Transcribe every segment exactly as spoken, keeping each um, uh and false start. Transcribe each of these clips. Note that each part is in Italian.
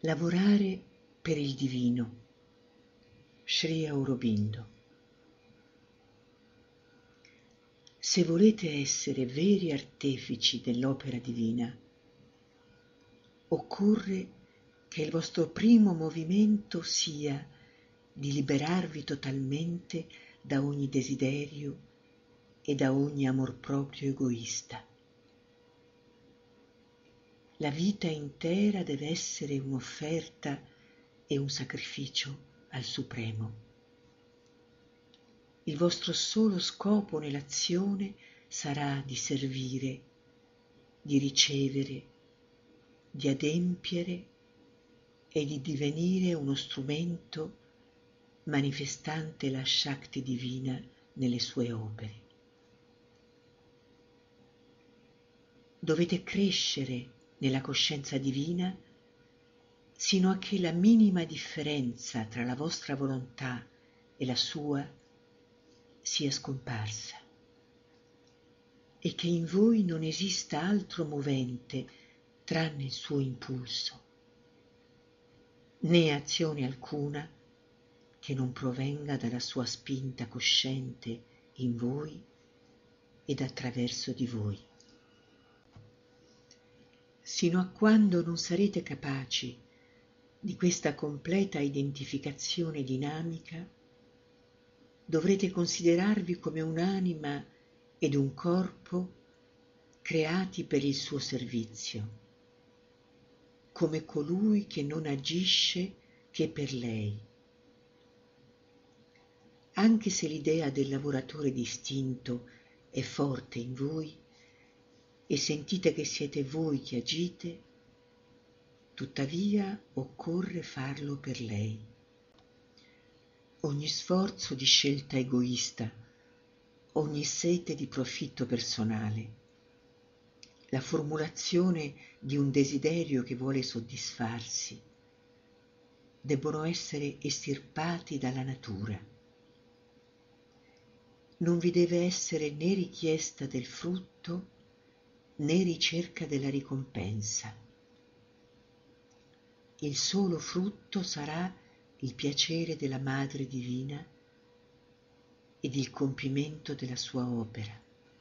Lavorare per il divino. Sri Aurobindo. Se volete essere veri artefici dell'opera divina, occorre che il vostro primo movimento sia di liberarvi totalmente da ogni desiderio e da ogni amor proprio egoista. La vita intera deve essere un'offerta e un sacrificio al Supremo. Il vostro solo scopo nell'azione sarà di servire, di ricevere, di adempiere e di divenire uno strumento manifestante la Shakti divina nelle sue opere. Dovete crescere nella coscienza divina sino a che la minima differenza tra la vostra volontà e la sua sia scomparsa e che in voi non esista altro movente tranne il suo impulso, né azione alcuna che non provenga dalla sua spinta cosciente in voi ed attraverso di voi. Sino a quando non sarete capaci di questa completa identificazione dinamica, dovrete considerarvi come un'anima ed un corpo creati per il suo servizio, come colui che non agisce che per lei. Anche se l'idea del lavoratore distinto è forte in voi e sentite che siete voi che agite, tuttavia occorre farlo per lei. Ogni sforzo di scelta egoista, ogni sete di profitto personale, la formulazione di un desiderio che vuole soddisfarsi, debbono essere estirpati dalla natura. Non vi deve essere né richiesta del frutto né ricerca della ricompensa. Il solo frutto sarà il piacere della Madre Divina ed il compimento della sua opera.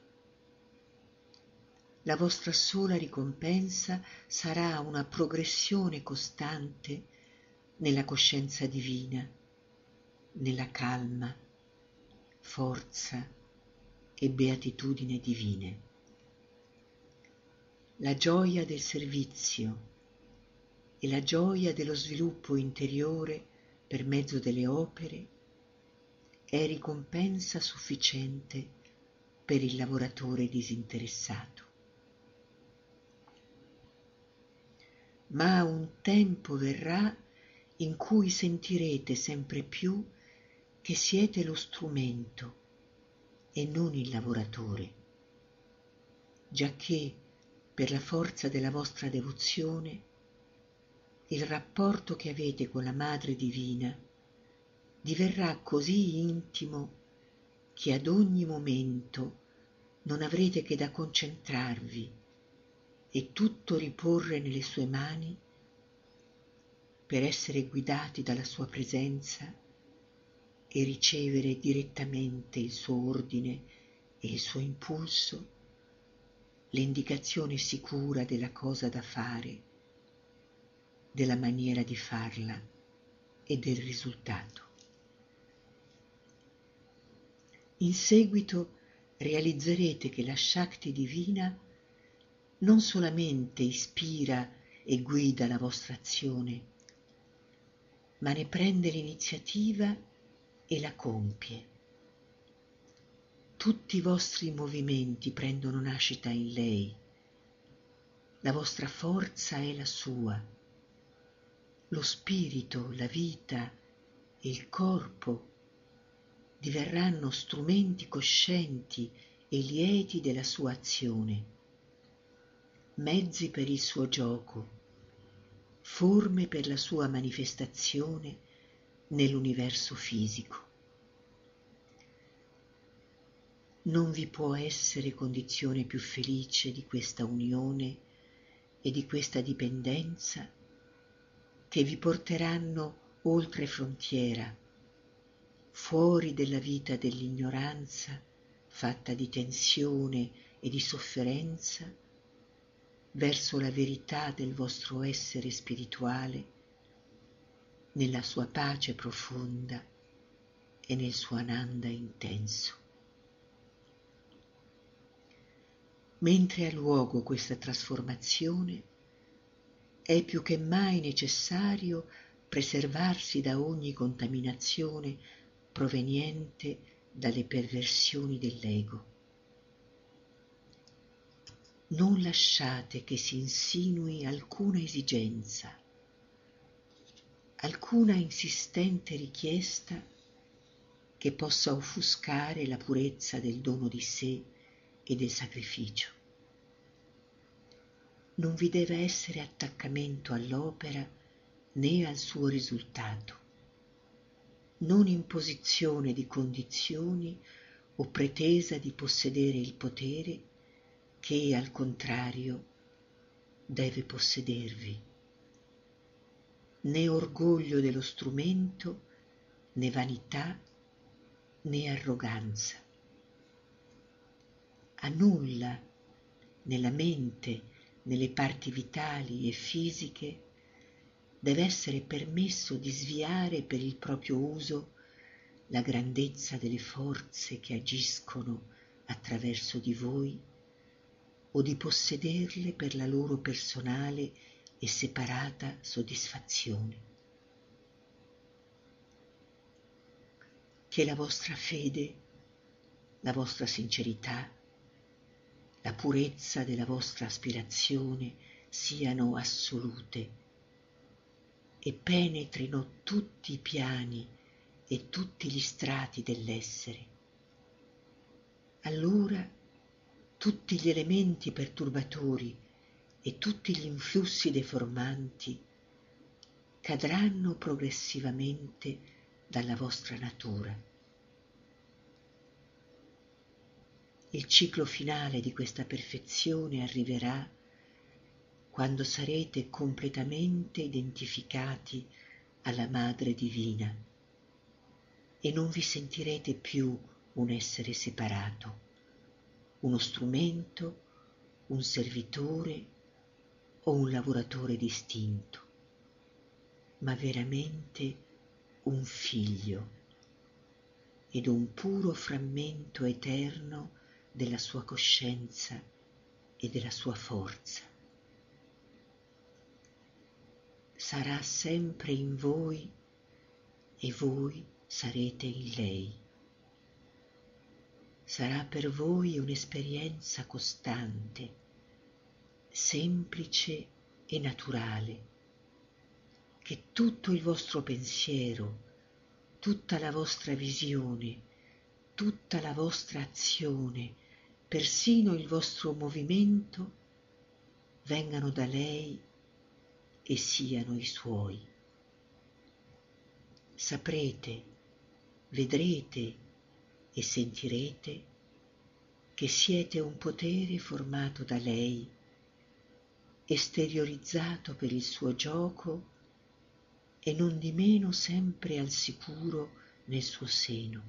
La vostra sola ricompensa sarà una progressione costante nella coscienza divina, nella calma, forza e beatitudine divine. La gioia del servizio e la gioia dello sviluppo interiore per mezzo delle opere è ricompensa sufficiente per il lavoratore disinteressato. Ma un tempo verrà in cui sentirete sempre più che siete lo strumento e non il lavoratore, giacché per la forza della vostra devozione il rapporto che avete con la Madre Divina diverrà così intimo che ad ogni momento non avrete che da concentrarvi e tutto riporre nelle sue mani per essere guidati dalla sua presenza e ricevere direttamente il suo ordine e il suo impulso, l'indicazione sicura della cosa da fare, della maniera di farla e del risultato. In seguito realizzerete che la Shakti divina non solamente ispira e guida la vostra azione, ma ne prende l'iniziativa e la compie. Tutti i vostri movimenti prendono nascita in lei. La vostra forza è la sua. Lo spirito, la vita e il corpo diverranno strumenti coscienti e lieti della sua azione, mezzi per il suo gioco, forme per la sua manifestazione nell'universo fisico. Non vi può essere condizione più felice di questa unione e di questa dipendenza che vi porteranno oltre frontiera, fuori della vita dell'ignoranza fatta di tensione e di sofferenza, verso la verità del vostro essere spirituale, nella sua pace profonda e nel suo ananda intenso. Mentre ha luogo questa trasformazione, è più che mai necessario preservarsi da ogni contaminazione proveniente dalle perversioni dell'ego. Non lasciate che si insinui alcuna esigenza, alcuna insistente richiesta che possa offuscare la purezza del dono di sé e del sacrificio. Non vi deve essere attaccamento all'opera né al suo risultato, non imposizione di condizioni o pretesa di possedere il potere che, al contrario, deve possedervi, né orgoglio dello strumento, né vanità, né arroganza. A nulla nella mente, nelle parti vitali e fisiche, deve essere permesso di sviare per il proprio uso la grandezza delle forze che agiscono attraverso di voi o di possederle per la loro personale e separata soddisfazione. Che la vostra fede, la vostra sincerità, la purezza della vostra aspirazione siano assolute e penetrino tutti i piani e tutti gli strati dell'essere. Allora tutti gli elementi perturbatori e tutti gli influssi deformanti cadranno progressivamente dalla vostra natura. Il ciclo finale di questa perfezione arriverà quando sarete completamente identificati alla Madre Divina e non vi sentirete più un essere separato, uno strumento, un servitore o un lavoratore distinto, ma veramente un figlio ed un puro frammento eterno della sua coscienza e della sua forza. Sarà sempre in voi e voi sarete in lei. Sarà per voi un'esperienza costante, semplice e naturale, che tutto il vostro pensiero, tutta la vostra visione, tutta la vostra azione, persino il vostro movimento, vengano da lei e siano i suoi. Saprete, vedrete e sentirete che siete un potere formato da lei, esteriorizzato per il suo gioco e non di meno sempre al sicuro nel suo seno.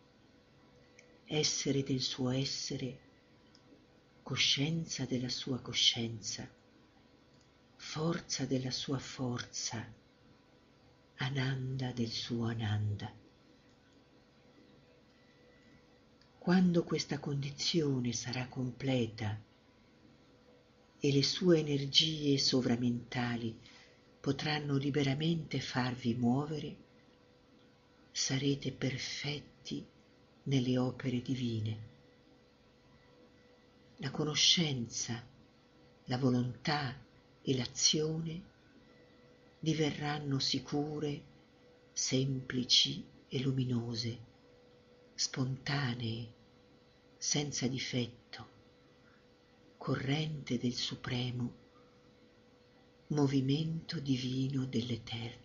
Essere del suo essere, coscienza della sua coscienza, forza della sua forza, ananda del suo ananda. Quando questa condizione sarà completa e le sue energie sovramentali potranno liberamente farvi muovere, sarete perfetti nelle opere divine. La conoscenza, la volontà e l'azione diverranno sicure, semplici e luminose, spontanee, senza difetto, corrente del supremo movimento divino dell'Eterno.